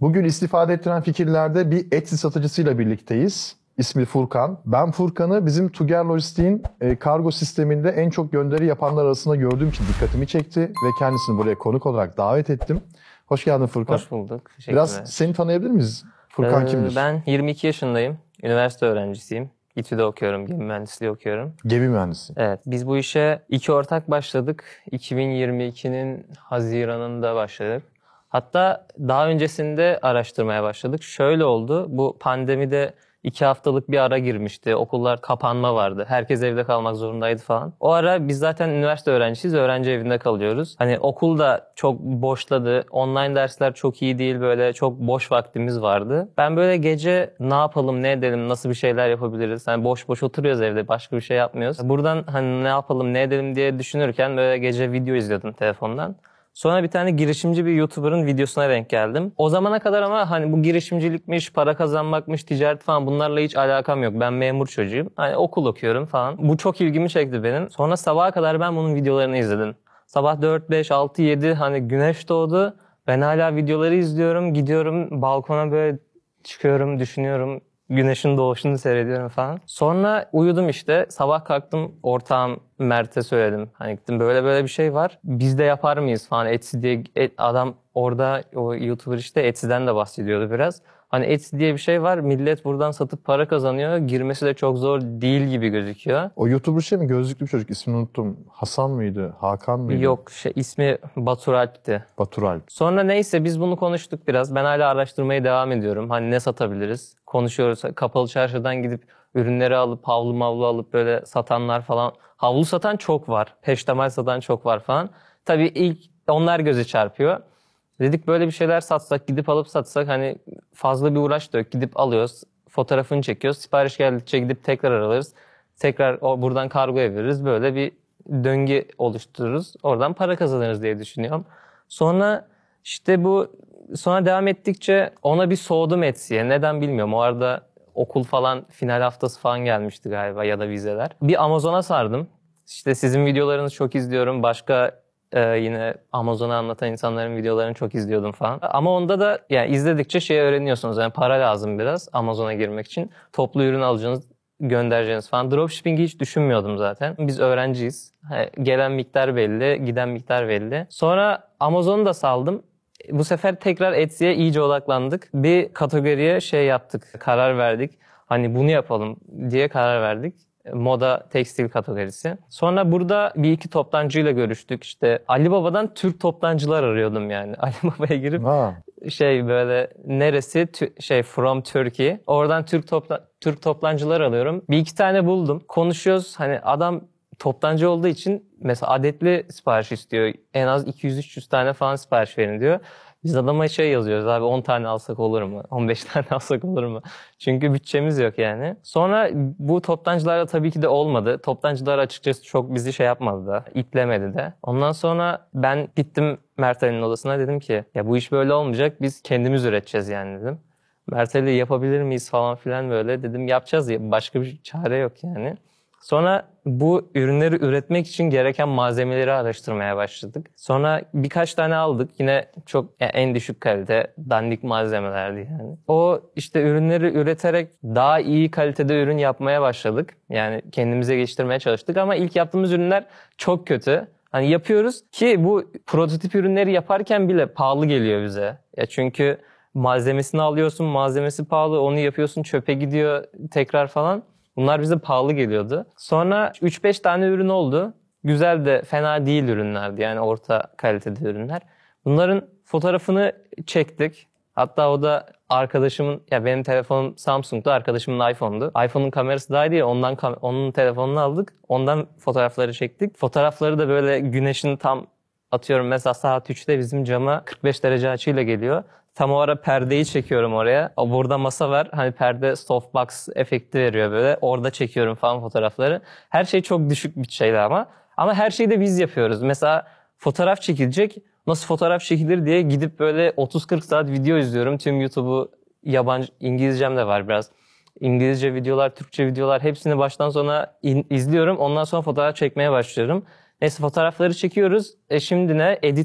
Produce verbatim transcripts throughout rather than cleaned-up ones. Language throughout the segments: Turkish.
Bugün istifade ettiren fikirlerde bir Etsy satıcısıyla birlikteyiz. İsmi Furkan. Ben Furkan'ı bizim Tuger Lojistik'in e, kargo sisteminde en çok gönderi yapanlar arasında gördüğüm için dikkatimi çekti ve kendisini buraya konuk olarak davet ettim. Hoş geldin Furkan. Hoş bulduk. Teşekkürler. Biraz seni tanıyabilir miyiz? Furkan ee, kimdir? Ben yirmi iki yaşındayım. Üniversite öğrencisiyim. İTÜ'de okuyorum. Gemi mühendisliği okuyorum. Gemi mühendisi. Evet. Biz bu işe iki ortak başladık. iki bin yirmi ikinin Haziran'ında başladık. Hatta daha öncesinde araştırmaya başladık. Şöyle oldu. Bu pandemide iki haftalık bir ara girmişti. Okullar kapanma vardı. Herkes evde kalmak zorundaydı falan. O ara biz zaten üniversite öğrencisiyiz. Öğrenci evinde kalıyoruz. Hani okul da çok boşladı. Online dersler çok iyi değil. Böyle çok boş vaktimiz vardı. Ben böyle gece ne yapalım, ne edelim, nasıl bir şeyler yapabiliriz? Hani boş boş oturuyoruz evde. Başka bir şey yapmıyoruz. Buradan hani ne yapalım, ne edelim diye düşünürken böyle gece video izliyordum telefondan. Sonra bir tane girişimci bir YouTuber'ın videosuna denk geldim. O zamana kadar ama hani bu girişimcilikmiş, para kazanmakmış, ticaret falan bunlarla hiç alakam yok. Ben memur çocuğuyum. Hani okul okuyorum falan. Bu çok ilgimi çekti benim. Sonra sabaha kadar ben bunun videolarını izledim. Sabah dört, beş, altı, yedi hani güneş doğdu. Ben hala videoları izliyorum. Gidiyorum balkona böyle çıkıyorum, düşünüyorum. Güneşin doğuşunu seyrediyorum falan. Sonra uyudum işte. Sabah kalktım, ortağım Mert'e söyledim. Hani gittim böyle böyle bir şey var. Biz de yapar mıyız falan. Etsy diye adam orada o YouTuber işte Etsy'den de bahsediyordu biraz. Hani Etsy diye bir şey var. Millet buradan satıp para kazanıyor. Girmesi de çok zor değil gibi gözüküyor. O YouTuber şey mi? Gözlüklü bir çocuk. İsmini unuttum. Hasan mıydı? Hakan mıydı? Yok şey ismi Batur Alp'ti. Batur Alp. Sonra neyse biz bunu konuştuk biraz. Ben hala araştırmaya devam ediyorum. Hani ne satabiliriz? Konuşuyoruz. Kapalı çarşıdan gidip ürünleri alıp havlu mavlu alıp böyle satanlar falan. Havlu satan çok var. Peştemal satan çok var falan. Tabii ilk onlar göze çarpıyor. Dedik böyle bir şeyler satsak, gidip alıp satsak hani fazla bir uğraş da yok. Gidip alıyoruz, fotoğrafını çekiyoruz. Sipariş geldikçe gidip tekrar alırız. Tekrar o, buradan kargoya veririz. Böyle bir döngü oluştururuz. Oradan para kazanırız diye düşünüyorum. Sonra işte bu sonra devam ettikçe ona bir soğudum Etsy'ye. Neden bilmiyorum. O arada okul falan final haftası falan gelmişti galiba ya da vizeler. Bir Amazon'a sardım. İşte sizin videolarınızı çok izliyorum. Başka Ee, yine Amazon'u anlatan insanların videolarını çok izliyordum falan. Ama onda da yani izledikçe şey öğreniyorsunuz. Yani para lazım biraz Amazon'a girmek için. Toplu ürün alacaksınız, göndereceğiniz falan. Dropshipping'i hiç düşünmüyordum zaten. Biz öğrenciyiz. Gelen miktar belli, giden miktar belli. Sonra Amazon'u da saldım. Bu sefer tekrar Etsy'ye iyice odaklandık. Bir kategoriye şey yaptık, karar verdik. Hani bunu yapalım diye karar verdik. Moda, tekstil kategorisi. Sonra burada bir iki toptancıyla görüştük. İşte Ali Baba'dan Türk toptancılar arıyordum yani. Ali Baba'ya girip ha. şey böyle neresi şey from Turkey. Oradan Türk topla Türk toptancılar alıyorum. Bir iki tane buldum. Konuşuyoruz. Hani adam toptancı olduğu için mesela adetli sipariş istiyor. En az iki yüz üç yüz tane falan sipariş verin diyor. Biz adama şey yazıyoruz abi on tane alsak olur mu? on beş tane alsak olur mu? Çünkü bütçemiz yok yani. Sonra bu toptancılarla tabii ki de olmadı. Toptancılar açıkçası çok bizi şey yapmadı da, iplemedi de. Ondan sonra ben gittim Mert Ali'nin odasına dedim ki ya bu iş böyle olmayacak biz kendimiz üreteceğiz yani dedim. Mert Ali yapabilir miyiz falan filan böyle dedim yapacağız ya başka bir çare yok yani. Sonra bu ürünleri üretmek için gereken malzemeleri araştırmaya başladık. Sonra birkaç tane aldık. Yine çok yani en düşük kalite, dandik malzemelerdi yani. O işte ürünleri üreterek daha iyi kalitede ürün yapmaya başladık. Yani kendimize geliştirmeye çalıştık ama ilk yaptığımız ürünler çok kötü. Hani yapıyoruz ki bu prototip ürünleri yaparken bile pahalı geliyor bize. Ya çünkü malzemesini alıyorsun, malzemesi pahalı, onu yapıyorsun, çöpe gidiyor tekrar falan. Bunlar bize pahalı geliyordu. Sonra üç beş tane ürün oldu. Güzel de fena değil ürünlerdi. Yani orta kalitede ürünler. Bunların fotoğrafını çektik. Hatta o da arkadaşımın, ya benim telefonum Samsung'du, arkadaşımın iPhone'du. iPhone'un kamerası daha iyi diye ondan onun telefonunu aldık. Ondan fotoğrafları çektik. Fotoğrafları da böyle güneşin tam atıyorum mesela saat üçte bizim cama kırk beş derece açıyla geliyor. Tam o ara perdeyi çekiyorum oraya. Burada masa var. Hani perde softbox efekti veriyor böyle. Orada çekiyorum falan fotoğrafları. Her şey çok düşük bir şeydi ama. Ama her şeyi de biz yapıyoruz. Mesela fotoğraf çekilecek. Nasıl fotoğraf çekilir diye gidip böyle otuz kırk saat video izliyorum. Tüm YouTube'u yabancı, İngilizcem de var biraz. İngilizce videolar, Türkçe videolar hepsini baştan sona in, izliyorum. Ondan sonra fotoğraf çekmeye başlıyorum. Neyse fotoğrafları çekiyoruz. E şimdi ne? Edit var.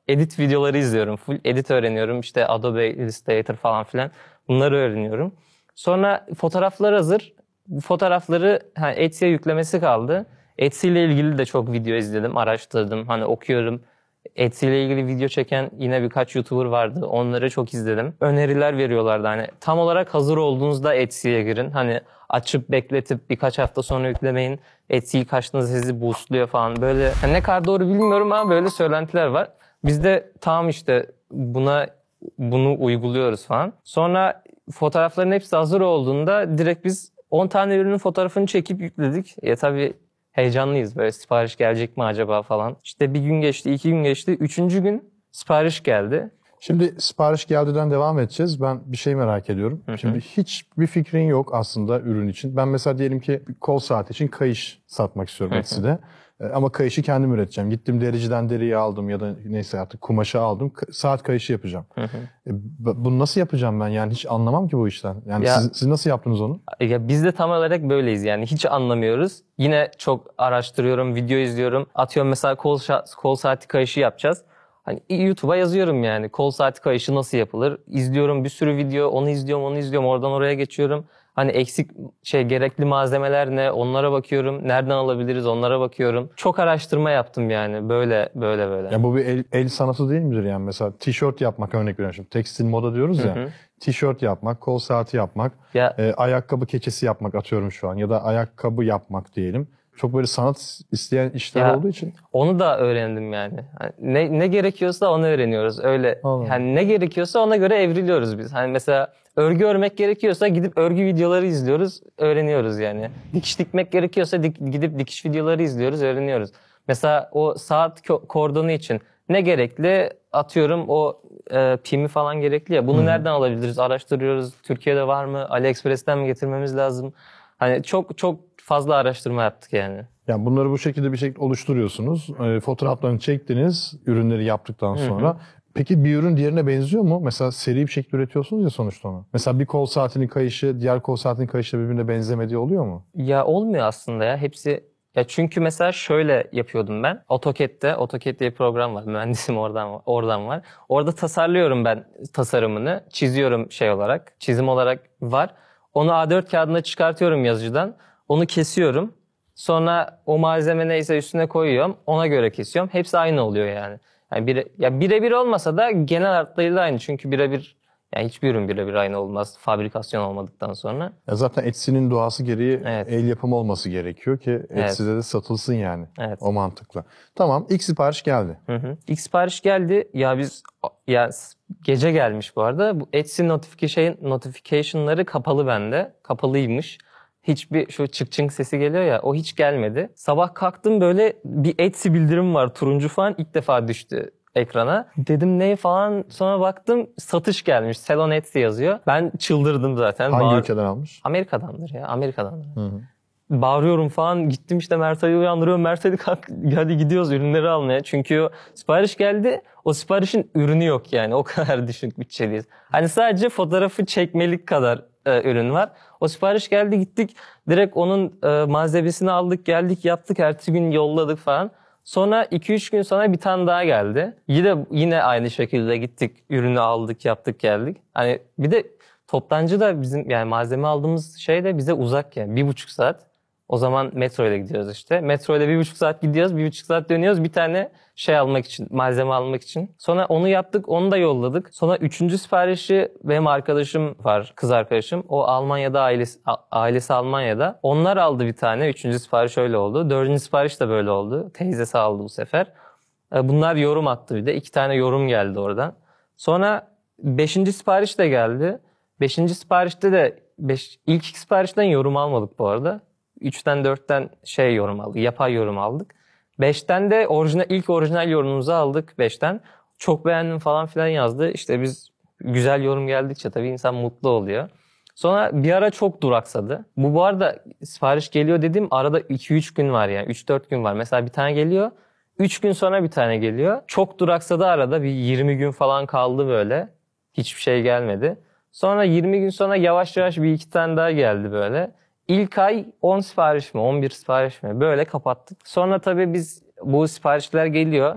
edit videoları izliyorum. Full edit öğreniyorum. İşte Adobe Illustrator falan filan. Bunları öğreniyorum. Sonra fotoğraflar hazır. Bu fotoğrafları hani Etsy'ye yüklemesi kaldı. Etsy ile ilgili de çok video izledim, araştırdım. Hani okuyorum. Etsy ile ilgili video çeken yine birkaç YouTuber vardı. Onları çok izledim. Öneriler veriyorlardı. Hani tam olarak hazır olduğunuzda Etsy'ye girin. Hani açıp bekletip birkaç hafta sonra yüklemeyin. Etsy ilk açtığınızda sizi boostluyor falan. Böyle hani ne kadar doğru bilmiyorum ama böyle söylentiler var. Biz de tamam işte buna bunu uyguluyoruz falan. Sonra fotoğrafların hepsi hazır olduğunda direkt biz on tane ürünün fotoğrafını çekip yükledik. Ya tabii heyecanlıyız, böyle sipariş gelecek mi acaba falan. İşte bir gün geçti, iki gün geçti. Üçüncü gün sipariş geldi. Şimdi sipariş geldiğinden devam edeceğiz. Ben bir şey merak ediyorum. Hı hı. Şimdi hiçbir fikrin yok aslında ürün için. Ben mesela diyelim ki kol saati için kayış satmak istiyorum Etsy'de. Ama kayışı kendim üreteceğim. Gittim dericiden deriyi aldım ya da neyse artık kumaşı aldım. Saat kayışı yapacağım. Hı hı. E, bunu nasıl yapacağım ben? Yani hiç anlamam ki bu işten. Yani ya, siz, siz nasıl yaptınız onu? Ya biz de tam olarak böyleyiz yani. Hiç anlamıyoruz. Yine çok araştırıyorum, video izliyorum. Atıyorum mesela kol, kol saati kayışı yapacağız. Hani YouTube'a yazıyorum yani. Kol saati kayışı nasıl yapılır? İzliyorum bir sürü video. Onu izliyorum, onu izliyorum. Oradan oraya geçiyorum. Hani eksik şey gerekli malzemeler ne? Onlara bakıyorum. Nereden alabiliriz? Onlara bakıyorum. Çok araştırma yaptım yani. Böyle böyle böyle. Ya bu bir el, el sanatı değil midir yani? Mesela tişört yapmak, örnek veriyorum şimdi. Tekstil moda diyoruz ya. Hı hı. Tişört yapmak, kol saati yapmak, ya, e, ayakkabı keçesi yapmak atıyorum şu an. Ya da ayakkabı yapmak diyelim. Çok böyle sanat isteyen işler ya, olduğu için. Onu da öğrendim yani. Hani ne ne gerekiyorsa onu öğreniyoruz. Öyle. Anladım. Yani ne gerekiyorsa ona göre evriliyoruz biz. Hani mesela örgü örmek gerekiyorsa gidip örgü videoları izliyoruz, öğreniyoruz yani. Dikiş dikmek gerekiyorsa dik, gidip dikiş videoları izliyoruz, öğreniyoruz. Mesela o saat kordonu için ne gerekli? Atıyorum o e, pimi falan gerekli ya. Bunu hmm. nereden alabiliriz? Araştırıyoruz. Türkiye'de var mı? AliExpress'ten mi getirmemiz lazım? Hani çok çok fazla araştırma yaptık yani. Yani bunları bu şekilde bir şekilde oluşturuyorsunuz. E, fotoğraflarını çektiniz ürünleri yaptıktan sonra. Hı hı. Peki bir ürün diğerine benziyor mu? Mesela seri bir şekilde üretiyorsunuz ya sonuçta onu. Mesela bir kol saatinin kayışı diğer kol saatinin kayışıyla birbirine benzemediği oluyor mu? Ya olmuyor aslında ya. Hepsi ya çünkü mesela şöyle yapıyordum ben. AutoCAD'de, AutoCAD diye bir program var. Mühendisim oradan oradan var. Orada tasarlıyorum ben tasarımını. Çiziyorum şey olarak. Çizim olarak var. Onu A dört kağıdına çıkartıyorum yazıcıdan. Onu kesiyorum. Sonra o malzeme neyse üstüne koyuyorum. Ona göre kesiyorum. Hepsi aynı oluyor yani. Yani bire, ya birebir olmasa da genel hatlarıyla aynı. Çünkü birebir yani hiçbir ürün birebir aynı olmaz. Fabrikasyon olmadıktan sonra. Ya zaten Etsy'nin doğası gereği evet. el yapımı olması gerekiyor ki Etsy'de evet. de satılsın yani. Evet. O mantıkla. Tamam, ilk sipariş geldi. Hı hı. İlk sipariş geldi. Ya biz ya gece gelmiş bu arada. Bu Etsy notification notification'ları kapalı bende. Kapalıymış. Hiçbir şu çık çık sesi geliyor ya, o hiç gelmedi. Sabah kalktım böyle bir Etsy bildirim var turuncu falan, ilk defa düştü ekrana. Dedim ne falan, sonra baktım satış gelmiş. Sell on Etsy yazıyor. Ben çıldırdım zaten. Hangi Bağır... ülkeden almış? Amerika'dandır ya, Amerika'dandır. Hı hı. Bağırıyorum falan, gittim işte Mert Ali'yi uyandırıyorum. Mert Ali kalk hadi gidiyoruz ürünleri almaya. Çünkü o sipariş geldi, o siparişin ürünü yok yani, o kadar düşük bütçeliyiz. Hani sadece fotoğrafı çekmelik kadar e, ürün var. O sipariş geldi, gittik direkt onun e, malzemesini aldık, geldik yaptık, ertesi gün yolladık falan. Sonra iki üç gün sonra bir tane daha geldi. Yine yine aynı şekilde gittik, ürünü aldık, yaptık, geldik. Hani bir de toptancı da bizim yani malzeme aldığımız şey de bize uzak yani, bir buçuk saat. O zaman metro ile gidiyoruz işte. Metro ile bir buçuk saat gidiyoruz, bir buçuk saat dönüyoruz bir tane şey almak için, malzeme almak için. Sonra onu yaptık, onu da yolladık. Sonra üçüncü siparişi benim arkadaşım var, kız arkadaşım. O Almanya'da, ailesi, ailesi Almanya'da. Onlar aldı bir tane, üçüncü sipariş öyle oldu. Dördüncü sipariş de böyle oldu. Teyzesi aldı bu sefer. Bunlar yorum attı bir de. İki tane yorum geldi oradan. Sonra beşinci sipariş de geldi. Beşinci siparişte de beş, ilk iki siparişten yorum almadık bu arada. Üçten dörtten şey yorum aldık, yapay yorum aldık. Beşten de orijinal, ilk orijinal yorumumuzu aldık beşten. Çok beğendim falan filan yazdı. İşte biz güzel yorum geldikçe tabii insan mutlu oluyor. Sonra bir ara çok duraksadı. Bu bu arada sipariş geliyor dediğim arada iki üç gün var yani. üç dört gün var. Mesela bir tane geliyor. üç gün sonra bir tane geliyor. Çok duraksadı arada, bir yirmi gün falan kaldı böyle. Hiçbir şey gelmedi. Sonra yirmi gün sonra yavaş yavaş bir iki tane daha geldi böyle. İlk ay on sipariş mi, on bir sipariş mi? Böyle kapattık. Sonra tabii biz bu siparişler geliyor.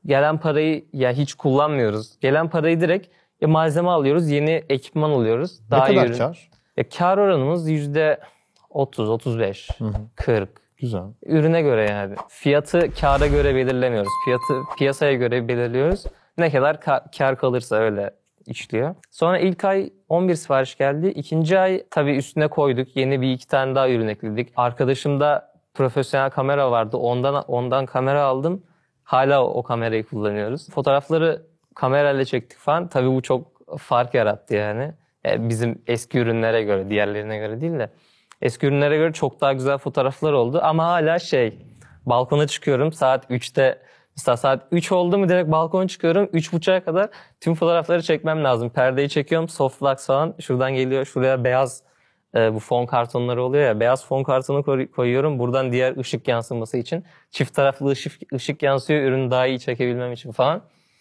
Gelen parayı ya hiç kullanmıyoruz. Gelen parayı direkt ya malzeme alıyoruz, yeni ekipman alıyoruz. Ne Daha kadar ürün. kar? Ya kar oranımız yüzde otuz, otuz beş, Hı hı. kırk. Güzel. Ürüne göre yani. Fiyatı kâra göre belirlemiyoruz. Fiyatı piyasaya göre belirliyoruz. Ne kadar ka- kar kalırsa öyle işliyor. Sonra ilk ay on bir sipariş geldi. İkinci ay tabii üstüne koyduk. Yeni bir iki tane daha ürün ekledik. Arkadaşımda profesyonel kamera vardı. Ondan ondan kamera aldım. Hala o, o kamerayı kullanıyoruz. Fotoğrafları kamerayla çektik falan. Tabii bu çok fark yarattı yani. Yani bizim eski ürünlere göre, diğerlerine göre değil de. Eski ürünlere göre çok daha güzel fotoğraflar oldu. Ama hala şey, balkona çıkıyorum saat üçte. Mesela saat üç oldu mu direkt balkona çıkıyorum. üç buçuğa kadar tüm fotoğrafları çekmem lazım. Perdeyi çekiyorum, softbox falan. Şuradan geliyor, şuraya beyaz e, bu fon kartonları oluyor ya. Beyaz fon kartonu koy- koyuyorum. Buradan diğer ışık yansıması için. Çift taraflı ışık, ışık yansıyor ürünü daha iyi çekebilmem için falan.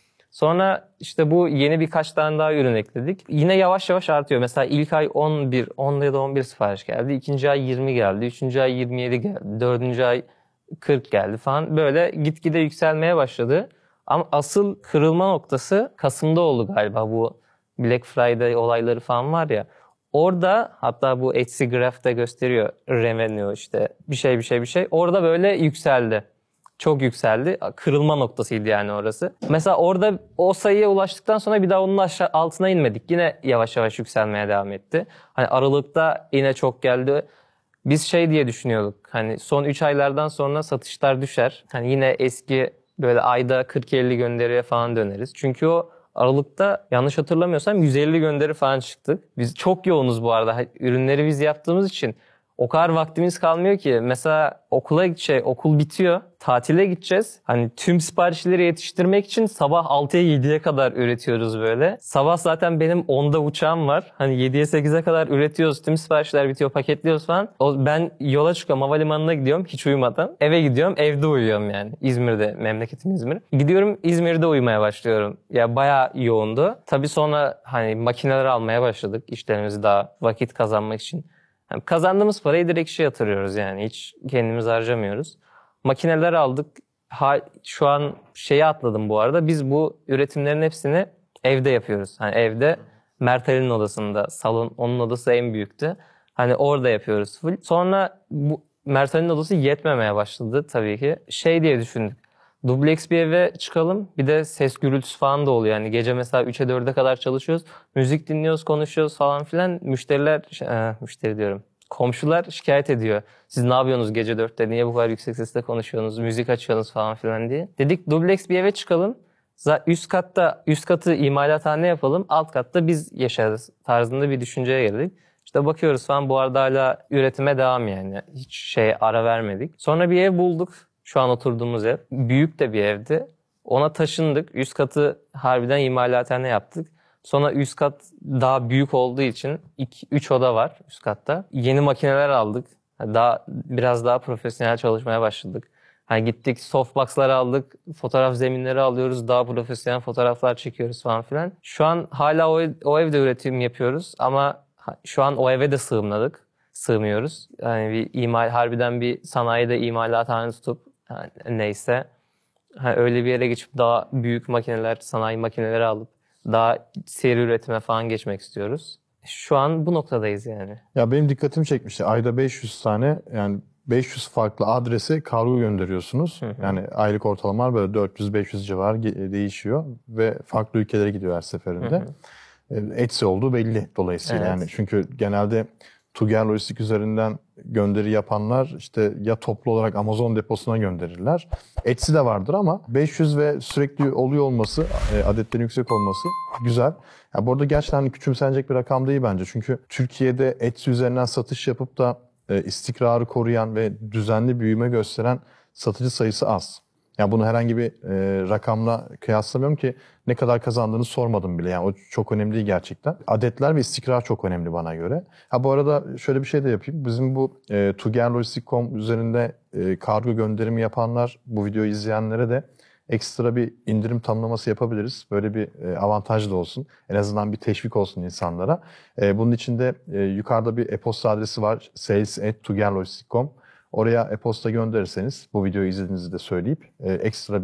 Sonra işte bu yeni birkaç tane daha ürün ekledik. Yine yavaş yavaş artıyor. Mesela ilk ay on bir, on ya da on bir sipariş geldi. İkinci ay yirmi geldi. Üçüncü ay yirmi yedi geldi. Dördüncü ay kırk geldi falan. Böyle gitgide yükselmeye başladı. Ama asıl kırılma noktası Kasım'da oldu galiba, bu Black Friday olayları falan var ya. Orada hatta bu Etsy Graph'te gösteriyor revenue işte bir şey bir şey bir şey. Orada böyle yükseldi. Çok yükseldi. Kırılma noktasıydı yani orası. Mesela orada o sayıya ulaştıktan sonra bir daha onun aşağı altına inmedik. Yine yavaş yavaş yükselmeye devam etti. Hani Aralık'ta yine çok geldi. Biz şey diye düşünüyorduk. Hani son üç aylardan sonra satışlar düşer. Hani yine eski böyle ayda kırk elli gönderiye falan döneriz. Çünkü o Aralık'ta yanlış hatırlamıyorsam yüz elli gönderi falan çıktık. Biz çok yoğunuz bu arada. Ürünleri biz yaptığımız için o kadar vaktimiz kalmıyor ki. Mesela okula şey, okul bitiyor. Tatile gideceğiz. Hani tüm siparişleri yetiştirmek için sabah altıya yediye kadar üretiyoruz böyle. Sabah zaten benim onda uçağım var. Hani yediye sekize kadar üretiyoruz. Tüm siparişler bitiyor, paketliyoruz falan. O, ben yola çıkıyorum, havalimanına gidiyorum hiç uyumadan. Eve gidiyorum, evde uyuyorum yani. İzmir'de, memleketim İzmir. Gidiyorum, İzmir'de uyumaya başlıyorum. Ya bayağı yoğundu. Tabii sonra hani makineler almaya başladık. İşlerimizi daha vakit kazanmak için. Yani kazandığımız parayı direkt işe yatırıyoruz yani. Hiç kendimiz harcamıyoruz. Makineler aldık. Ha, şu an şeyi atladım bu arada. Biz bu üretimlerin hepsini evde yapıyoruz. Hani evde Mert Ali'nin odasında, salon, onun odası en büyüktü. Hani orada yapıyoruz full. Sonra bu Mert Ali'nin odası yetmemeye başladı tabii ki. Şey diye düşündük. Dubleks bir eve çıkalım. Bir de ses gürültüsü falan da oluyor. Yani gece mesela üçe dörde kadar çalışıyoruz. Müzik dinliyoruz, konuşuyoruz falan filan. Müşteriler, e, müşteri diyorum. Komşular şikayet ediyor. Siz ne yapıyorsunuz gece dörtte? Niye bu kadar yüksek sesle konuşuyorsunuz? Müzik açıyorsunuz falan filan diye. Dedik dubleks bir eve çıkalım. Üst katta, üst katı imalathane yapalım. Alt katta biz yaşarız tarzında bir düşünceye geldik. İşte bakıyoruz falan, bu arada hala üretime devam yani. Hiç şey ara vermedik. Sonra bir ev bulduk. Şu an oturduğumuz ev. Büyük de bir evdi. Ona taşındık. Üst katı harbiden imalathane yaptık. Sonra üst kat daha büyük olduğu için üç oda var üst katta. Yeni makineler aldık. Daha biraz daha profesyonel çalışmaya başladık. Hani gittik, softbox'ları aldık, fotoğraf zeminleri alıyoruz, daha profesyonel fotoğraflar çekiyoruz falan filan. Şu an hala o, o evde üretim yapıyoruz ama şu an o eve de sığımladık. Sığmıyoruz. Yani bir imal, harbiden bir sanayide imalathane tutup yani neyse. Yani öyle bir yere geçip daha büyük makineler, sanayi makineleri alıp daha seri üretime falan geçmek istiyoruz. Şu an bu noktadayız yani. Ya benim dikkatimi çekmişti. Ayda beş yüz tane, yani beş yüz farklı adrese kargo gönderiyorsunuz. Hı hı. Yani aylık ortalamalar böyle dört yüz beş yüz civar değişiyor ve farklı ülkelere gidiyor her seferinde. Hı hı. Etsy olduğu belli dolayısıyla. Evet. Yani çünkü genelde Tuger Lojistik üzerinden gönderi yapanlar işte ya toplu olarak Amazon deposuna gönderirler. Etsy de vardır ama beş yüz ve sürekli oluyor olması, adetlerin yüksek olması güzel. Yani bu arada gerçekten hani küçümsenecek bir rakam değil bence. Çünkü Türkiye'de Etsy üzerinden satış yapıp da istikrarı koruyan ve düzenli büyüme gösteren satıcı sayısı az. Yani bunu herhangi bir e, rakamla kıyaslamıyorum ki ne kadar kazandığını sormadım bile. Yani o çok önemli değil gerçekten. Adetler ve istikrar çok önemli bana göre. Ha bu arada şöyle bir şey de yapayım. Bizim bu e, tugerlojistik nokta com üzerinde e, kargo gönderimi yapanlar, bu videoyu izleyenlere de ekstra bir indirim tanımlaması yapabiliriz. Böyle bir e, avantaj da olsun. En azından bir teşvik olsun insanlara. E, bunun için de e, yukarıda bir e-posta adresi var. sales at tugerlojistik nokta com. Oraya e-posta gönderirseniz, bu videoyu izlediğinizi de söyleyip e, ekstra bir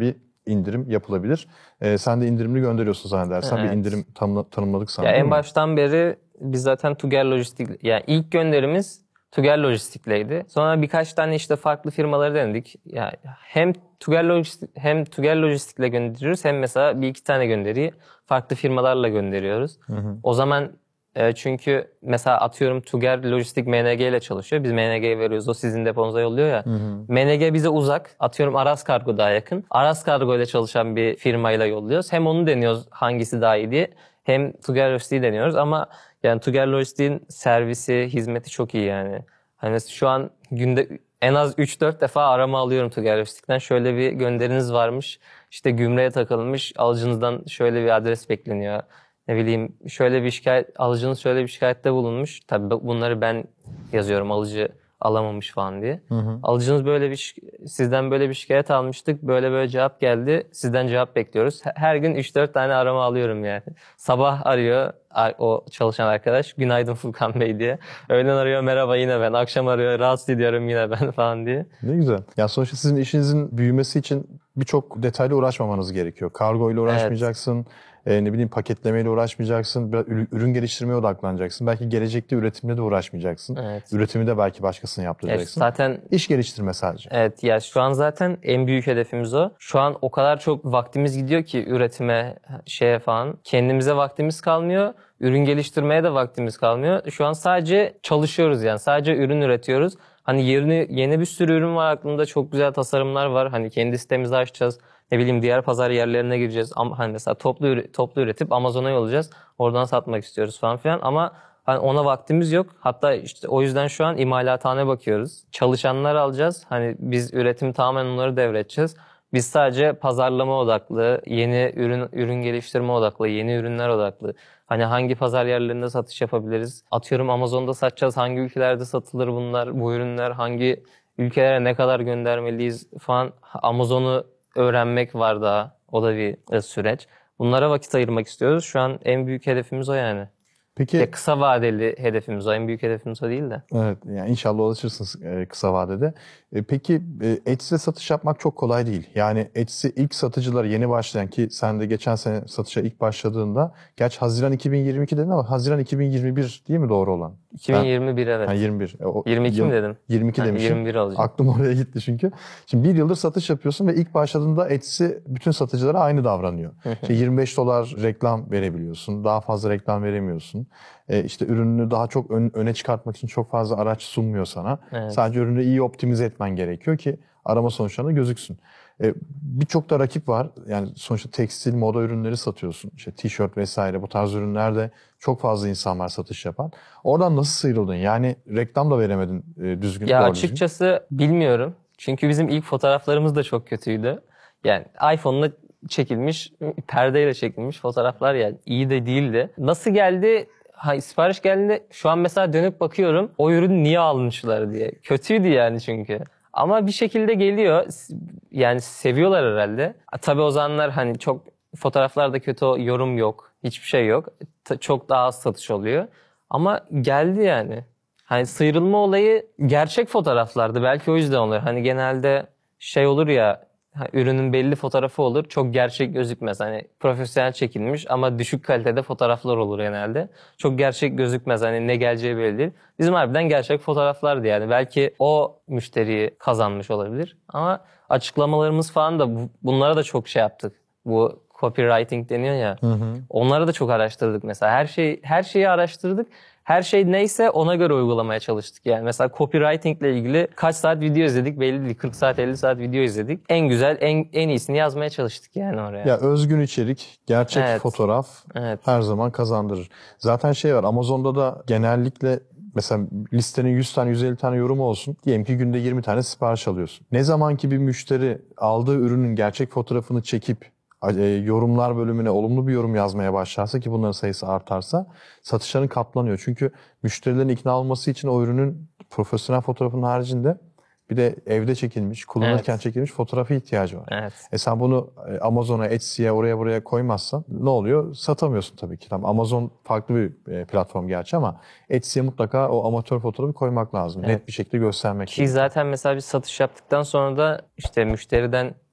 indirim yapılabilir. Ee, sen de indirimli gönderiyorsun zannedersen. Evet. Bir indirim tanımla, tanımladık sana. Ya değil en mi? baştan beri biz zaten Tuger Lojistik, yani ilk gönderimiz Tuger Lojistik'leydi. Sonra birkaç tane işte farklı firmaları denedik. Yani hem Tuger Lojistik hem Tuger Lojistik'le gönderiyoruz, hem mesela bir iki tane gönderiyi farklı firmalarla gönderiyoruz. Hı hı. O zaman e, çünkü mesela atıyorum Tuger Lojistik M N G ile çalışıyor. Biz M N G'ye veriyoruz. O sizin deponuza yolluyor ya. Hı hı. M N G bize uzak. Atıyorum Aras Kargo daha yakın. Aras Kargo ile çalışan bir firmayla yolluyoruz. Hem onu deniyoruz hangisi daha iyi diye. Hem Tuger Lojistik'i deniyoruz ama yani Tuger Lojistik'in servisi, hizmeti çok iyi yani. Hani şu an günde en az üç dört defa arama alıyorum Tuger Lojistik'ten. Şöyle bir gönderiniz varmış. İşte gümrüğe takılmış. Alıcınızdan şöyle bir adres bekleniyor. Ne bileyim şöyle bir şikayet, alıcınız şöyle bir şikayette bulunmuş. Tabii bunları ben yazıyorum, alıcı alamamış falan diye. Hı hı. Alıcınız böyle bir sizden böyle bir şikayet almıştık. Böyle böyle cevap geldi. Sizden cevap bekliyoruz. Her gün üç dört tane arama alıyorum yani. Sabah arıyor o çalışan arkadaş. Günaydın Furkan Bey diye. Öğlen arıyor, merhaba yine ben. Akşam arıyor, rahatsız ediyorum yine ben falan diye. Ne güzel. Ya sonuçta sizin işinizin büyümesi için birçok detayla uğraşmamanız gerekiyor. Kargo ile uğraşmayacaksın. Evet. E, ne bileyim paketlemeyle uğraşmayacaksın. Biraz ürün geliştirmeye odaklanacaksın. Belki gelecekte üretimle de uğraşmayacaksın. Evet. Üretimi de belki başkasına yaptıracaksın. Evet, zaten iş geliştirme sadece. Evet ya şu an zaten en büyük hedefimiz o. Şu an o kadar çok vaktimiz gidiyor ki üretime, şeye falan. Kendimize vaktimiz kalmıyor. Ürün geliştirmeye de vaktimiz kalmıyor. Şu an sadece çalışıyoruz yani. Sadece ürün üretiyoruz. Hani yeni, yeni bir sürü ürün var aklımda. Çok güzel tasarımlar var. Hani kendi sitemizi açacağız. Ne bileyim diğer pazar yerlerine gireceğiz. Ama hani mesela toplu toplu üretip Amazon'a yollayacağız. Oradan satmak istiyoruz falan filan. Ama hani ona vaktimiz yok. Hatta işte o yüzden şu an imalathane bakıyoruz. Çalışanlar alacağız. Hani biz üretimi tamamen onları devredeceğiz. Biz sadece pazarlama odaklı, yeni ürün ürün geliştirme odaklı, yeni ürünler odaklı. Hani hangi pazar yerlerinde satış yapabiliriz? Atıyorum Amazon'da satacağız. Hangi ülkelerde satılır bunlar, bu ürünler? Hangi ülkelere ne kadar göndermeliyiz falan. Amazon'u öğrenmek var daha. O da bir süreç. Bunlara vakit ayırmak istiyoruz. Şu an en büyük hedefimiz o yani. Peki ya kısa vadeli hedefimiz o. En büyük hedefimiz o değil de. Evet, yani inşallah ulaşırsınız kısa vadede. Peki Etsy'de satış yapmak çok kolay değil. Yani Etsy ilk satıcılar yeni başlayan, ki sen de geçen sene satışa ilk başladığında, gerçi Haziran iki bin yirmi iki dedin ama Haziran iki bin yirmi bir değil mi doğru olan? iki bin yirmi bir ben, evet. Ha, yirmi bir. O, yirmi iki yıl, mi dedim? yirmi iki ha, demişim. yirmi bir olacak. Aklım oraya gitti çünkü. Şimdi bir yıldır satış yapıyorsun ve ilk başladığında Etsy bütün satıcılara aynı davranıyor. İşte yirmi beş dolar reklam verebiliyorsun. Daha fazla reklam veremiyorsun. E işte ürününü daha çok ön, öne çıkartmak için çok fazla araç sunmuyor sana. Evet. Sadece ürünü iyi optimize etmen gerekiyor ki arama sonuçlarında gözüksün. E, Birçok da rakip var. Yani sonuçta tekstil, moda ürünleri satıyorsun. İşte tişört vesaire, bu tarz ürünlerde çok fazla insan var satış yapan. Oradan nasıl sıyrıldın? Yani reklam da veremedin e, düzgün. Ya açıkçası düzgün. Bilmiyorum. Çünkü bizim ilk fotoğraflarımız da çok kötüydü. Yani iPhone'la çekilmiş, perdeyle çekilmiş fotoğraflar, yani iyi de değildi. Nasıl geldi? Ha, sipariş geldiğinde şu an mesela dönüp bakıyorum, o ürünü niye almışlar diye. Kötüydü yani çünkü. Ama bir şekilde geliyor. Yani seviyorlar herhalde. Tabii o zamanlar hani çok fotoğraflarda kötü yorum yok. Hiçbir şey yok. Çok daha az satış oluyor. Ama geldi yani. Hani sıyrılma olayı gerçek fotoğraflardı. Belki o yüzden oluyor. Hani genelde şey olur ya, ürünün belli fotoğrafı olur. Çok gerçek gözükmez. Hani profesyonel çekilmiş ama düşük kalitede fotoğraflar olur genelde. Çok gerçek gözükmez. Hani ne geleceği belli değil. Bizim harbiden gerçek fotoğraflardı yani. Belki o müşteriyi kazanmış olabilir. Ama açıklamalarımız falan da bunlara da çok şey yaptık. Bu copywriting deniyor ya. Hı hı. Onları da çok araştırdık mesela. Her şey her şeyi araştırdık. Her şey neyse ona göre uygulamaya çalıştık. Yani mesela copywriting ile ilgili kaç saat video izledik belli değil. kırk saat elli saat video izledik. En güzel, en en iyisini yazmaya çalıştık yani oraya. Ya özgün içerik, gerçek evet. fotoğraf evet. her zaman kazandırır. Zaten şey var, Amazon'da da genellikle mesela listenin yüz tane yüz elli tane yorumu olsun. Diyelim ki günde yirmi tane sipariş alıyorsun. Ne zaman ki bir müşteri aldığı ürünün gerçek fotoğrafını çekip yorumlar bölümüne olumlu bir yorum yazmaya başlarsa, ki bunların sayısı artarsa, satışların katlanıyor. Çünkü müşterilerin ikna olması için o ürünün profesyonel fotoğrafının haricinde bir de evde çekilmiş, kullanırken evet. çekilmiş fotoğrafı ihtiyacı var. Evet. E sen bunu Amazon'a, Etsy'ye, oraya buraya koymazsan ne oluyor? Satamıyorsun tabii ki. Tamam, Amazon farklı bir platform gerçi ama Etsy'ye mutlaka o amatör fotoğrafı koymak lazım. Evet. Net bir şekilde göstermek Ki gerekiyor. Zaten mesela bir satış yaptıktan sonra da işte müşteriden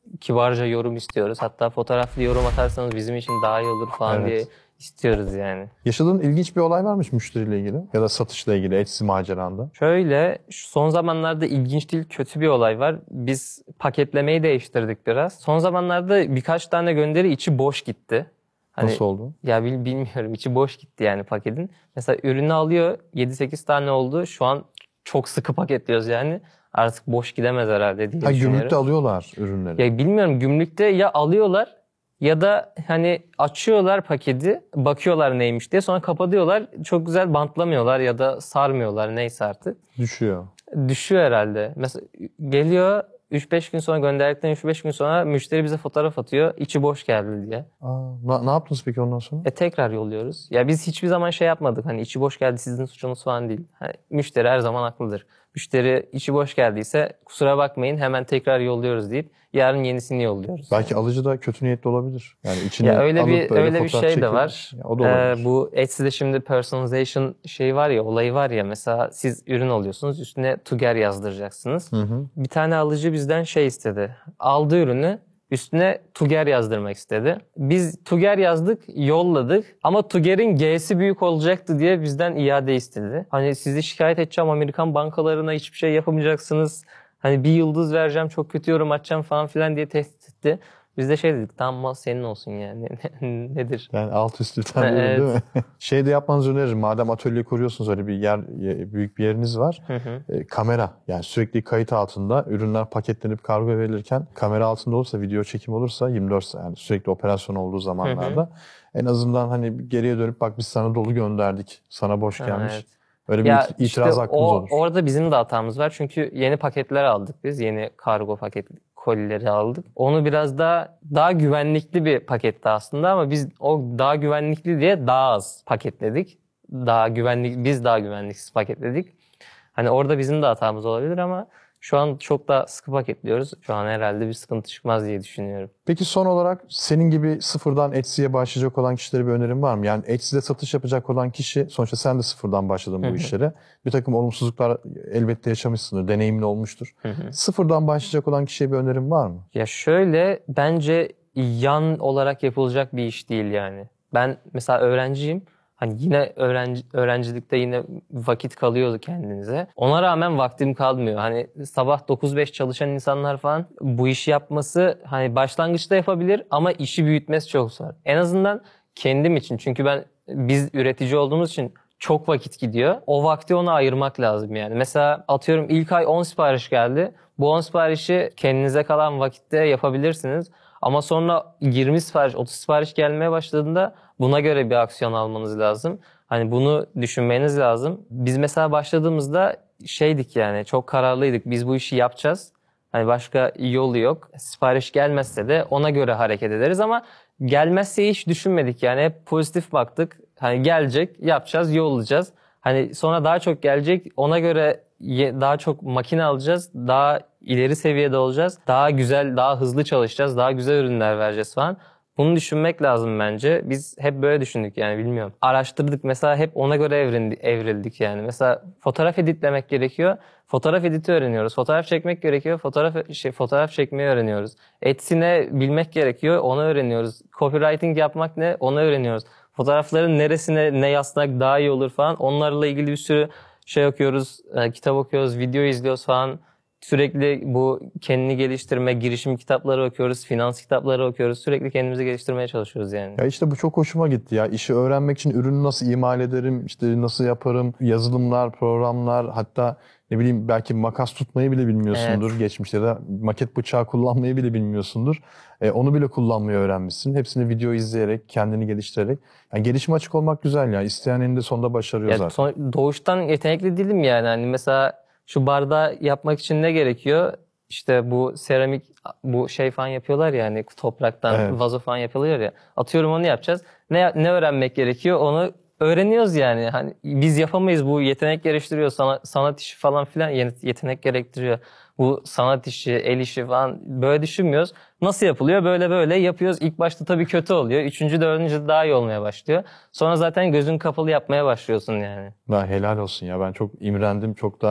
kibarca yorum istiyoruz. Hatta fotoğraflı yorum atarsanız bizim için daha iyi olur falan Evet. diye istiyoruz yani. Yaşadığın ilginç bir olay varmış müşteriyle ilgili ya da satışla ilgili Etsy maceranda? Şöyle, şu son zamanlarda ilginç değil, kötü bir olay var. Biz paketlemeyi değiştirdik biraz. Son zamanlarda birkaç tane gönderi içi boş gitti. Hani, Nasıl oldu? ya bil, bilmiyorum, içi boş gitti yani paketin. Mesela ürünü alıyor, yedi sekiz tane oldu. Şu an çok sıkı paketliyoruz yani. Artık boş gidemez herhalde diye Ha, düşünüyorum. gümrükte alıyorlar ürünleri. Ya bilmiyorum, gümrükte ya alıyorlar ya da hani açıyorlar paketi, bakıyorlar neymiş diye, sonra kapatıyorlar. Çok güzel bantlamıyorlar ya da sarmıyorlar, neyse artık. Düşüyor. Düşüyor herhalde. Mesela geliyor, üç beş gün sonra, gönderdikten üç beş gün sonra müşteri bize fotoğraf atıyor, içi boş geldi diye. Aa, na- ne yaptınız peki ondan sonra? E tekrar yolluyoruz. Ya biz hiçbir zaman şey yapmadık, hani içi boş geldi sizin suçunuz falan değil. Hani müşteri her zaman haklıdır. Müşteri içi boş geldiyse kusura bakmayın, hemen tekrar yolluyoruz deyip yarın yenisini yolluyoruz. Belki alıcı da kötü niyetli olabilir. Yani içine Ya öyle alıp bir böyle öyle bir fotoğraf şey de çekip- var. Ya, o da olabilir. Ee, bu Etsy'de şimdi personalization şey var ya, olayı var ya, mesela siz ürün alıyorsunuz, üstüne Tugger yazdıracaksınız. Hı hı. Bir tane alıcı bizden şey istedi. Aldığı ürünü üstüne Tugger yazdırmak istedi. Biz Tugger yazdık, yolladık ama Tugger'in G'si büyük olacaktı diye bizden iade istedi. Hani sizi şikayet edeceğim, Amerikan bankalarına hiçbir şey yapamayacaksınız. Hani bir yıldız vereceğim, çok kötü yorum atacağım falan filan diye tehdit etti. Biz de şey dedik, tamam mal senin olsun yani. Nedir? Yani alt üst bir tane ürün Evet. değil mi? Şey de yapmanızı öneririm. Madem atölye kuruyorsunuz, öyle bir yer, büyük bir yeriniz var. Hı hı. E, kamera, yani sürekli kayıt altında ürünler paketlenip kargo verilirken kamera altında olursa, video çekim olursa yirmi dört saat, yani sürekli operasyon olduğu zamanlarda en azından hani geriye dönüp bak biz sana dolu gönderdik, sana boş Ha, gelmiş. evet. Öyle bir Ya it- itiraz işte hakkımız o, olur. orada bizim de hatamız var. Çünkü yeni paketler aldık biz. Yeni kargo paket kolileri aldık. Onu biraz daha daha güvenlikli bir paketti aslında ama biz o daha güvenlikli diye daha az paketledik. Daha güvenlik biz daha güvenliksiz paketledik. Hani orada bizim de hatamız olabilir ama şu an çok daha sıkı paketliyoruz. Şu an herhalde bir sıkıntı çıkmaz diye düşünüyorum. Peki son olarak senin gibi sıfırdan Etsy'ye başlayacak olan kişilere bir önerin var mı? Yani Etsy'de satış yapacak olan kişi, sonuçta sen de sıfırdan başladın bu Hı hı. işlere. Bir takım olumsuzluklar elbette yaşamışsındır, deneyimin olmuştur. Hı hı. Sıfırdan başlayacak olan kişiye bir önerin var mı? Ya şöyle, bence yan olarak yapılacak bir iş değil yani. Ben mesela öğrenciyim. Hani yine öğrenci, öğrencilikte yine vakit kalıyordu kendinize. Ona rağmen vaktim kalmıyor. Hani sabah dokuz beş çalışan insanlar falan bu işi yapması hani başlangıçta yapabilir ama işi büyütmesi çok zor. En azından kendim için. Çünkü ben biz üretici olduğumuz için çok vakit gidiyor. O vakti ona ayırmak lazım yani. Mesela atıyorum ilk ay on sipariş geldi. Bu on siparişi kendinize kalan vakitte yapabilirsiniz. Ama sonra yirmi sipariş, otuz sipariş gelmeye başladığında buna göre bir aksiyon almanız lazım. Hani bunu düşünmeniz lazım. Biz mesela başladığımızda şeydik yani, çok kararlıydık. Biz bu işi yapacağız. Hani başka yolu yok. Sipariş gelmezse de ona göre hareket ederiz ama gelmezse hiç düşünmedik yani. Hep pozitif baktık. Hani gelecek, yapacağız, yollayacağız. Hani sonra daha çok gelecek, ona göre daha çok makine alacağız, daha ileri seviyede olacağız, daha güzel, daha hızlı çalışacağız, daha güzel ürünler vereceğiz falan. Bunu düşünmek lazım bence. Biz hep böyle düşündük yani, bilmiyorum. Araştırdık mesela, hep ona göre evrildik, evrildik yani. Mesela fotoğraf editlemek gerekiyor. Fotoğraf editi öğreniyoruz. Fotoğraf çekmek gerekiyor. Fotoğraf şey, fotoğraf çekmeyi öğreniyoruz. Etsy ne bilmek gerekiyor, onu öğreniyoruz. Copywriting yapmak ne, onu öğreniyoruz. Fotoğrafların neresine ne yazsak daha iyi olur falan. Onlarla ilgili bir sürü şey okuyoruz, e, kitap okuyoruz, video izliyoruz falan. Sürekli bu kendini geliştirme, girişim kitapları okuyoruz, finans kitapları okuyoruz. Sürekli kendimizi geliştirmeye çalışıyoruz yani. Ya işte bu çok hoşuma gitti ya. İşi öğrenmek için ürünü nasıl imal ederim, işte nasıl yaparım, yazılımlar, programlar, hatta ne bileyim belki makas tutmayı bile bilmiyorsundur. Evet. Geçmişte de maket bıçağı kullanmayı bile bilmiyorsundur. E, onu bile kullanmayı öğrenmişsin. Hepsini video izleyerek, kendini geliştirerek. Yani gelişime açık olmak güzel ya. İsteyen eninde sonunda başarıyor Ya zaten. son- doğuştan yetenekli değilim yani. Hani mesela şu bardağı yapmak için ne gerekiyor? İşte bu seramik, bu şey falan yapıyorlar ya, hani topraktan Evet. vazo falan yapılıyor ya. Atıyorum onu yapacağız. Ne ne öğrenmek gerekiyor? Onu öğreniyoruz yani. Hani biz yapamayız, bu yetenek geliştiriyor, sanat, sanat işi falan filan yetenek gerektiriyor. Bu sanat işi, el işi falan böyle düşünmüyoruz. Nasıl yapılıyor? Böyle böyle yapıyoruz. İlk başta tabii kötü oluyor. Üçüncü, dördüncü daha iyi olmaya başlıyor. Sonra zaten gözün kapalı yapmaya başlıyorsun yani. Ya helal olsun ya. Ben çok imrendim. Çok da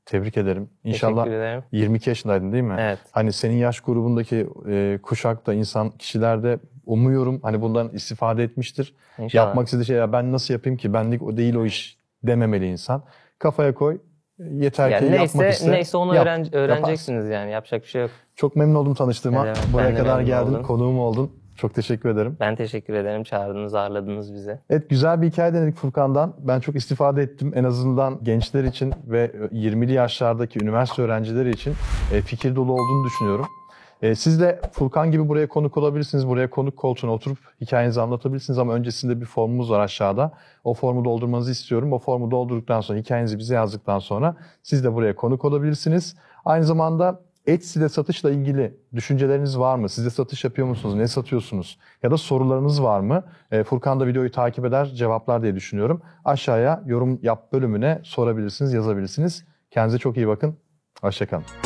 Tebrik ederim. İnşallah Teşekkür ederim. yirmi iki yaşındaydın değil mi? Evet. Hani senin yaş grubundaki e, kuşakta insan kişiler de umuyorum hani bundan istifade etmiştir. İnşallah. Yapmak istediği şey ya ben nasıl yapayım ki benlik o değil o iş dememeli insan. Kafaya koy. Yeter Yani ki neyse, yapmak iste. neyse onu Yap, öğren, öğreneceksiniz yani. Yapacak bir şey yok. Çok memnun oldum tanıştığıma. Ne demek, Buraya ben de kadar memnun geldin, oldum. konuğum oldun. Çok teşekkür ederim. Ben teşekkür ederim. Çağırdınız, ağırladınız bizi. Evet, güzel bir hikaye denedik Furkan'dan. Ben çok istifade ettim. En azından gençler için ve yirmili yaşlardaki üniversite öğrencileri için e, fikir dolu olduğunu düşünüyorum. E, siz de Furkan gibi buraya konuk olabilirsiniz. Buraya konuk koltuğuna oturup hikayenizi anlatabilirsiniz ama öncesinde bir formumuz var aşağıda. O formu doldurmanızı istiyorum. O formu doldurduktan sonra, hikayenizi bize yazdıktan sonra siz de buraya konuk olabilirsiniz. Aynı zamanda Etsy'de satışla ilgili düşünceleriniz var mı? Siz de satış yapıyor musunuz? Ne satıyorsunuz? Ya da sorularınız var mı? E, Furkan da videoyu takip eder, cevaplar diye düşünüyorum. Aşağıya yorum yap bölümüne sorabilirsiniz, yazabilirsiniz. Kendinize çok iyi bakın. Hoşça kalın.